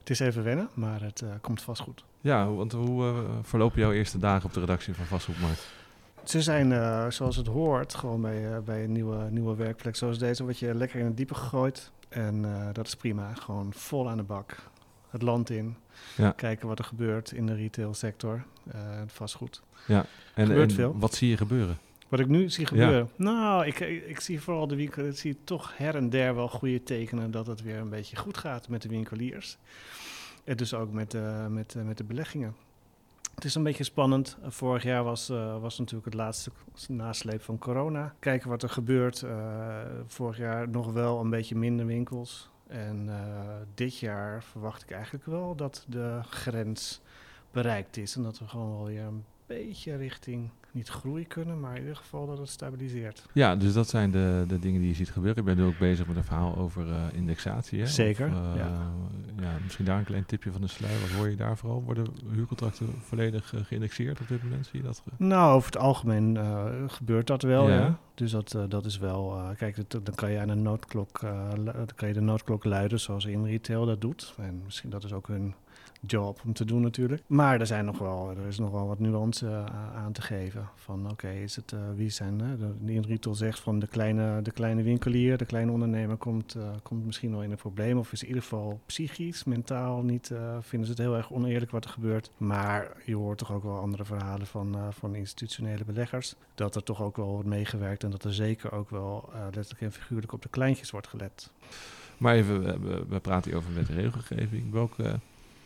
S4: Het is even wennen, maar het uh, komt vast goed.
S1: Ja, want hoe uh, verlopen jouw eerste dagen op de redactie van Vastgoedmarkt?
S4: Ze zijn, uh, zoals het hoort, gewoon bij, uh, bij een nieuwe, nieuwe werkplek zoals deze, word je lekker in het diepe gegooid. En uh, dat is prima. Gewoon vol aan de bak. Het land in. Ja. Kijken wat er gebeurt in de retailsector. Uh, het vastgoed.
S1: Ja, en,
S4: gebeurt
S1: en
S4: veel.
S1: Wat zie je gebeuren?
S4: Wat ik nu zie gebeuren?
S1: Ja.
S4: Nou, ik, ik, ik zie vooral de winkel. Ik zie toch her en der wel goede tekenen dat het weer een beetje goed gaat met de winkeliers. En dus ook met, uh, met, uh, met de beleggingen. Het is een beetje spannend. Uh, vorig jaar was, uh, was natuurlijk het laatste nasleep van corona. Kijken wat er gebeurt. Uh, vorig jaar nog wel een beetje minder winkels. En uh, dit jaar verwacht ik eigenlijk wel dat de grens bereikt is. En dat we gewoon wel weer een beetje richting, niet groei kunnen, maar in ieder geval dat het stabiliseert.
S1: Ja, dus dat zijn de, de dingen die je ziet gebeuren. Ik ben nu ook bezig met een verhaal over uh, indexatie. Hè?
S4: Zeker,
S1: of, uh,
S4: ja.
S1: ja. Misschien daar een klein tipje van de sluier. Wat hoor je daar vooral? Worden huurcontracten volledig uh, geïndexeerd op dit moment? Zie je dat? Ge-
S4: nou, over het algemeen uh, gebeurt dat wel,
S1: ja.
S4: ja. Dus dat, uh, dat is wel... Uh, kijk, dat, dan kan je aan een noodklok, uh, dan kan je de noodklok luiden zoals in retail dat doet. En misschien dat is ook hun job om te doen natuurlijk. Maar er zijn nog wel, er is nog wel wat nuance uh, aan te geven. Van oké, okay, is het uh, wie zijn? Hè? De, de in retail zegt van de kleine, de kleine winkelier, de kleine ondernemer komt, uh, komt misschien wel in een probleem. Of is in ieder geval psychisch, mentaal niet. Uh, vinden ze het heel erg oneerlijk wat er gebeurt. Maar je hoort toch ook wel andere verhalen van, uh, van institutionele beleggers. Dat er toch ook wel wordt meegewerkt en dat er zeker ook wel uh, letterlijk en figuurlijk op de kleintjes wordt gelet.
S1: Maar even, we, we praten hier over wet en regelgeving. Welke...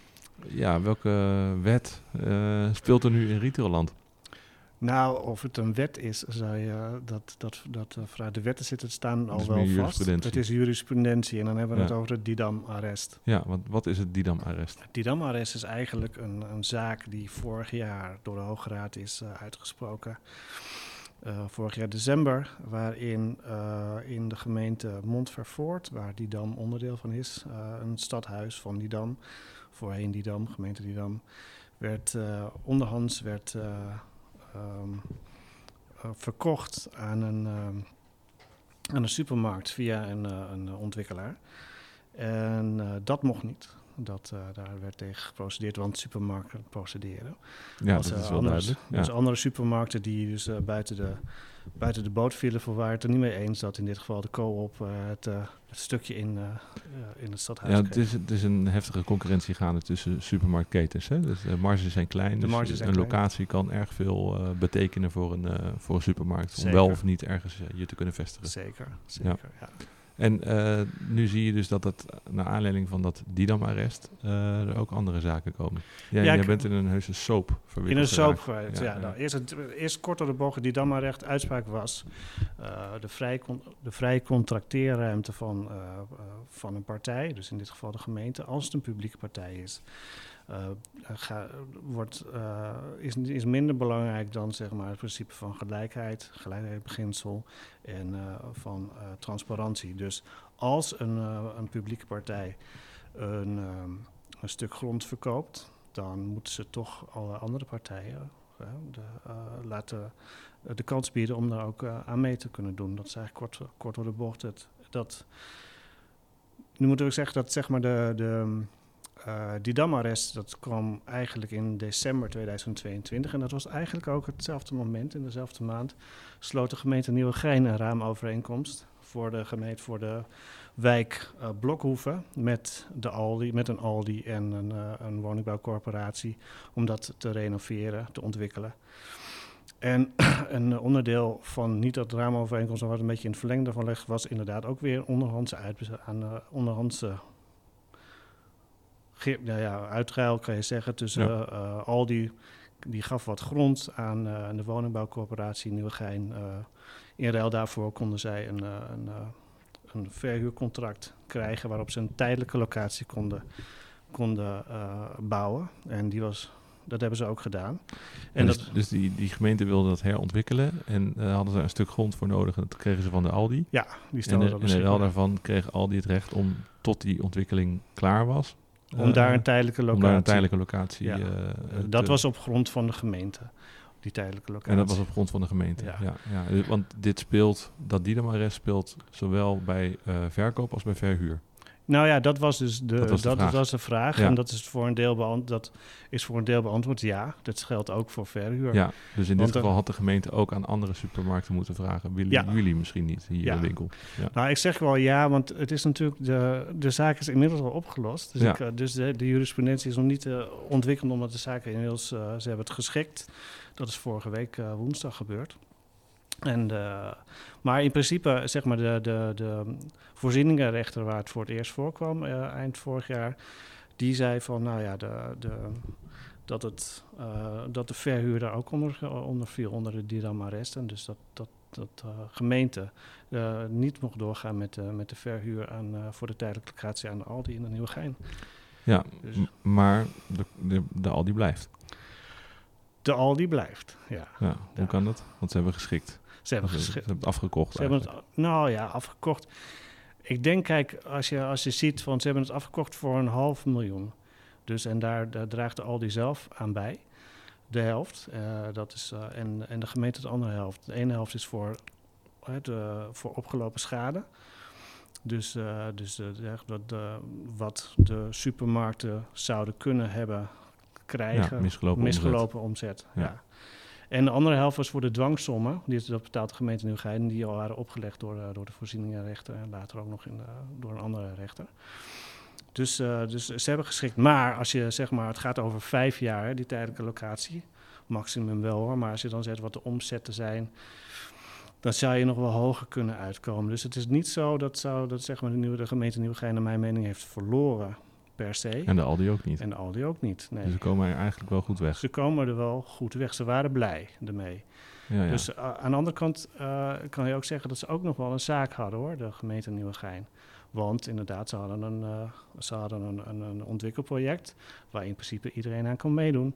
S1: Ja, welke wet uh, speelt er nu in retailland?
S4: Nou, of het een wet is, zou je dat, dat, dat uh, vanuit de wetten zitten staan al wel vast. Het is jurisprudentie en dan hebben we ja. het over het Didam-arrest.
S1: Ja, want wat is het Didam-arrest?
S4: Het Didam-arrest is eigenlijk een, een zaak die vorig jaar door de Hoge Raad is uh, uitgesproken. Uh, vorig jaar december, waarin uh, in de gemeente Montvervoort, waar Didam onderdeel van is, uh, een stadhuis van Didam, voorheen Didam, gemeente Didam, werd uh, onderhands werd, uh, um, uh, verkocht aan een, uh, aan een supermarkt via een, uh, een ontwikkelaar. En uh, dat mocht niet. Dat, uh, daar werd tegen geprocedeerd, want supermarkten procederen.
S1: Ja,
S4: Als,
S1: dat
S4: uh,
S1: is wel
S4: anders,
S1: duidelijk. Ja.
S4: Dus andere supermarkten die dus uh, buiten, de, buiten de boot vielen, voor waren het er niet mee eens dat in dit geval de co-op uh, het, uh, het stukje in, uh, uh, in het stadhuis
S1: Ja,
S4: kreeg.
S1: het is, het is een heftige concurrentie gaande tussen supermarktketens. Hè? Dus de marges zijn klein,
S4: De
S1: dus
S4: marges zijn
S1: een
S4: klein.
S1: locatie kan erg veel uh, betekenen voor een, uh, voor een supermarkt.
S4: Zeker.
S1: Om wel of niet ergens uh, je te kunnen vestigen.
S4: Zeker, zeker, ja. ja.
S1: En uh, nu zie je dus dat het, naar aanleiding van dat Didam-arrest, uh, er ook andere zaken komen. Jij,
S4: Ja,
S1: jij
S4: ik,
S1: bent in een heuse soap verwikkeld.
S4: In een soap
S1: geraakt.
S4: geweest,
S1: ja.
S4: ja.
S1: ja.
S4: Nou, eerst, het, eerst kort door de bocht, Didam-arrest uitspraak was uh, de, vrij con, de vrije contracteerruimte van, uh, uh, van een partij, dus in dit geval de gemeente, als het een publieke partij is. Uh, ga, wordt, uh, is, is minder belangrijk dan zeg maar, het principe van gelijkheid, gelijkheidsbeginsel en uh, van uh, transparantie. Dus als een, uh, een publieke partij een, um, een stuk grond verkoopt, dan moeten ze toch alle andere partijen uh, de, uh, laten uh, de kans bieden om daar ook uh, aan mee te kunnen doen. Dat is eigenlijk kort, kort door de bocht. Het, dat, nu moeten we zeggen dat zeg maar de... de Uh, Didam-arrest, dat kwam eigenlijk in december tweeduizend tweeëntwintig. En dat was eigenlijk ook hetzelfde moment, in dezelfde maand, sloot de gemeente Nieuwegein een raamovereenkomst voor de gemeente, voor de wijk uh, Blokhoeven met, de Aldi, met een Aldi en een, uh, een woningbouwcorporatie om dat te renoveren, te ontwikkelen. En een onderdeel van niet dat raamovereenkomst, maar wat een beetje in het verlengde daarvan ligt, was inderdaad ook weer onderhandse, uitbe- aan, uh, onderhandse Nou ja, uitruil kan je zeggen tussen ja. uh, Aldi, die gaf wat grond aan uh, de woningbouwcorporatie Nieuwegein. Uh, in ruil daarvoor konden zij een, uh, een, uh, een verhuurcontract krijgen waarop ze een tijdelijke locatie konden, konden uh, bouwen. En die was, dat hebben ze ook gedaan. En
S1: en dus
S4: dat,
S1: dus die, die gemeente wilde dat herontwikkelen en uh, hadden ze een stuk grond voor nodig en dat kregen ze van de Aldi.
S4: Ja, die stelden
S1: en
S4: dat
S1: in ruil daarvan kreeg Aldi het recht om tot die ontwikkeling klaar was.
S4: Om uh, daar een tijdelijke locatie...
S1: Om daar een tijdelijke locatie...
S4: Ja.
S1: Uh,
S4: dat
S1: te,
S4: was op grond van de gemeente, die tijdelijke locatie.
S1: En dat was op grond van de gemeente, ja. ja, ja. Want dit speelt, dat Didam-arrest speelt zowel bij uh, verkoop als bij verhuur.
S4: Nou ja, dat was dus de,
S1: Dat was de
S4: dat
S1: vraag.
S4: was de vraag.
S1: Ja.
S4: En dat is, voor een deel beant- dat is voor een deel beantwoord. Ja, dat geldt ook voor verhuur.
S1: Ja, dus in dit
S4: Want,
S1: geval
S4: eh,
S1: had de gemeente ook aan andere supermarkten moeten vragen. Willen
S4: Ja.
S1: jullie misschien niet hier
S4: Ja.
S1: in de winkel? Ja.
S4: Nou, ik zeg wel ja, want het is natuurlijk de, de zaak is inmiddels al opgelost. Dus,
S1: Ja.
S4: ik, eh, dus de, de jurisprudentie is nog niet uh, ontwikkeld, omdat de zaken inmiddels uh, ze hebben het geschikt. Dat is vorige week uh, woensdag gebeurd. En de, maar in principe, zeg maar, de, de, de voorzieningenrechter waar het voor het eerst voorkwam, uh, eind vorig jaar, die zei van, nou ja, de, de, dat, het, uh, dat de verhuur daar ook onder, onder viel, onder de Didam Arrest. En dus dat, dat, dat uh, gemeente uh, niet mocht doorgaan met, uh, met de verhuur aan, uh, voor de tijdelijke locatie aan de Aldi in de Nieuwegein.
S1: Ja,
S4: Dus-
S1: m- maar de, de, de Aldi blijft.
S4: De Aldi blijft, ja.
S1: Ja, hoe
S4: Ja.
S1: kan dat? Want ze hebben geschikt.
S4: Ze hebben
S1: Ze, ze
S4: geschikt.
S1: hebben het afgekocht
S4: Ze hebben
S1: eigenlijk.
S4: het, nou ja, afgekocht. Ik denk, kijk, als je, als je ziet, van ze hebben het afgekocht voor een half miljoen. Dus en daar, daar draagt de Aldi zelf aan bij. De helft. Uh, dat is, uh, en, en de gemeente de andere helft. De ene helft is voor, uh, de, voor opgelopen schade. Dus, uh, dus uh, de, de, de, wat de supermarkten zouden kunnen hebben krijgen.
S1: Ja, misgelopen
S4: misgelopen omzet.
S1: Ja.
S4: Ja. En de andere helft was voor de dwangsommen. Die, dat betaalt de gemeente Nieuwegein. Die al waren opgelegd door, uh, door de voorzieningenrechter. En later ook nog in de, door een andere rechter. Dus, uh, dus ze hebben geschikt. Maar als je zeg maar, het gaat over vijf jaar, hè, die tijdelijke locatie. Maximum wel hoor. Maar als je dan zegt wat de omzetten zijn, dan zou je nog wel hoger kunnen uitkomen. Dus het is niet zo dat, zou, dat zeg maar, de, nieuwe, de gemeente Nieuwegein naar mijn mening heeft verloren per se.
S1: En de Aldi ook niet.
S4: En de Aldi ook niet. Nee.
S1: Dus ze komen er eigenlijk wel goed weg.
S4: Ze komen er wel goed weg. Ze waren blij ermee.
S1: Ja, ja.
S4: Dus uh, aan de andere kant uh, kan je ook zeggen dat ze ook nog wel een zaak hadden hoor, de gemeente Nieuwegein. Want inderdaad, ze hadden een, uh, ze hadden een, een, een ontwikkelproject waar in principe iedereen aan kon meedoen.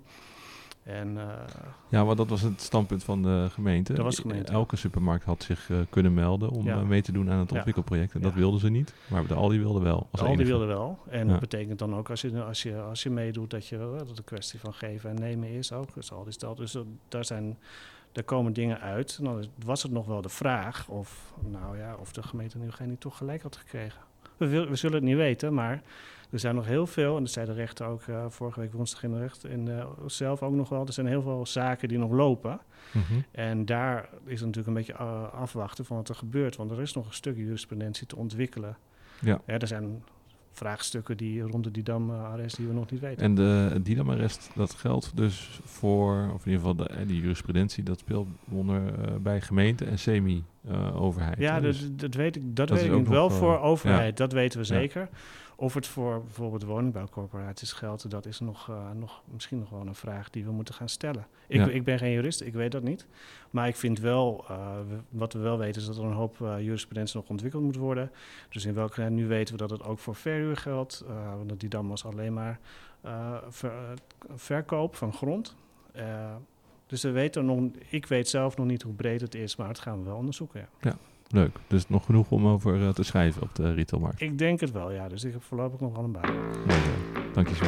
S4: En, uh,
S1: ja, maar dat was het standpunt van de gemeente.
S4: Dat was de gemeente.
S1: Elke supermarkt had zich uh, kunnen melden om
S4: Ja.
S1: uh, mee te doen aan het
S4: Ja.
S1: ontwikkelproject. En dat
S4: Ja.
S1: wilden ze niet, maar de Aldi wilde wel. Als
S4: de Aldi
S1: enige.
S4: wilde wel. En
S1: Ja.
S4: dat betekent dan ook als je, als je, als je meedoet dat, je, dat het een kwestie van geven en nemen is ook. Dus Aldi stelt. Dus dat, daar, zijn, daar komen dingen uit. En dan was het nog wel de vraag of, nou ja, of de gemeente Nieuwegein niet toch gelijk had gekregen. We, wil, we zullen het niet weten, maar er zijn nog heel veel, en dat zei de rechter ook uh, vorige week woensdag in de recht, en uh, zelf ook nog wel, er zijn heel veel zaken die nog lopen.
S1: Mm-hmm.
S4: En daar is het natuurlijk een beetje uh, afwachten van wat er gebeurt, want er is nog een stuk jurisprudentie te ontwikkelen.
S1: Ja.
S4: Ja, er zijn vraagstukken die rond de Didam-arrest die we nog niet weten.
S1: En de Didam-arrest, dat geldt dus voor, of in ieder geval de, die jurisprudentie, dat speelt onder uh, bij gemeente en semi-overheid.
S4: Ja,
S1: uh,
S4: dat,
S1: dus
S4: dat weet ik, dat
S1: dat
S4: weet
S1: is
S4: ik
S1: ook
S4: niet. Wel
S1: nog,
S4: voor
S1: uh,
S4: overheid,
S1: ja.
S4: dat weten we
S1: Ja.
S4: zeker. Of het voor bijvoorbeeld woningbouwcorporaties geldt, dat is nog, uh, nog, misschien nog wel een vraag die we moeten gaan stellen. Ik,
S1: Ja.
S4: ik ben geen jurist, ik weet dat niet. Maar ik vind wel, uh, we, wat we wel weten is dat er een hoop uh, jurisprudentie nog ontwikkeld moet worden. Dus in welke nu weten we dat het ook voor verhuur geldt. Uh, want die dam was alleen maar uh, ver, uh, verkoop van grond. Uh, dus we weten nog, ik weet zelf nog niet hoe breed het is, maar het gaan we wel onderzoeken, ja.
S1: leuk. Dus nog genoeg om over uh, te schrijven op de retailmarkt.
S4: Ik denk het wel, ja. Dus ik heb voorlopig nog wel een baan.
S1: Mooi, uh, dank je, Sven.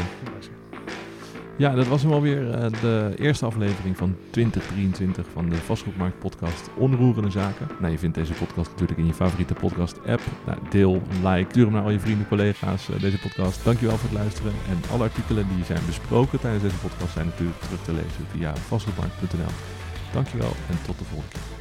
S1: Ja, dat was hem alweer, uh, de eerste aflevering van twintig drieëntwintig van de Vastgoedmarkt podcast Onroerende Zaken. Nou, je vindt deze podcast natuurlijk in je favoriete podcast app. Nou, deel, like, stuur hem naar al je vrienden, collega's, uh, deze podcast. Dankjewel voor het luisteren. En alle artikelen die zijn besproken tijdens deze podcast zijn natuurlijk terug te lezen via vastgoedmarkt punt n l. Dankjewel en tot de volgende keer.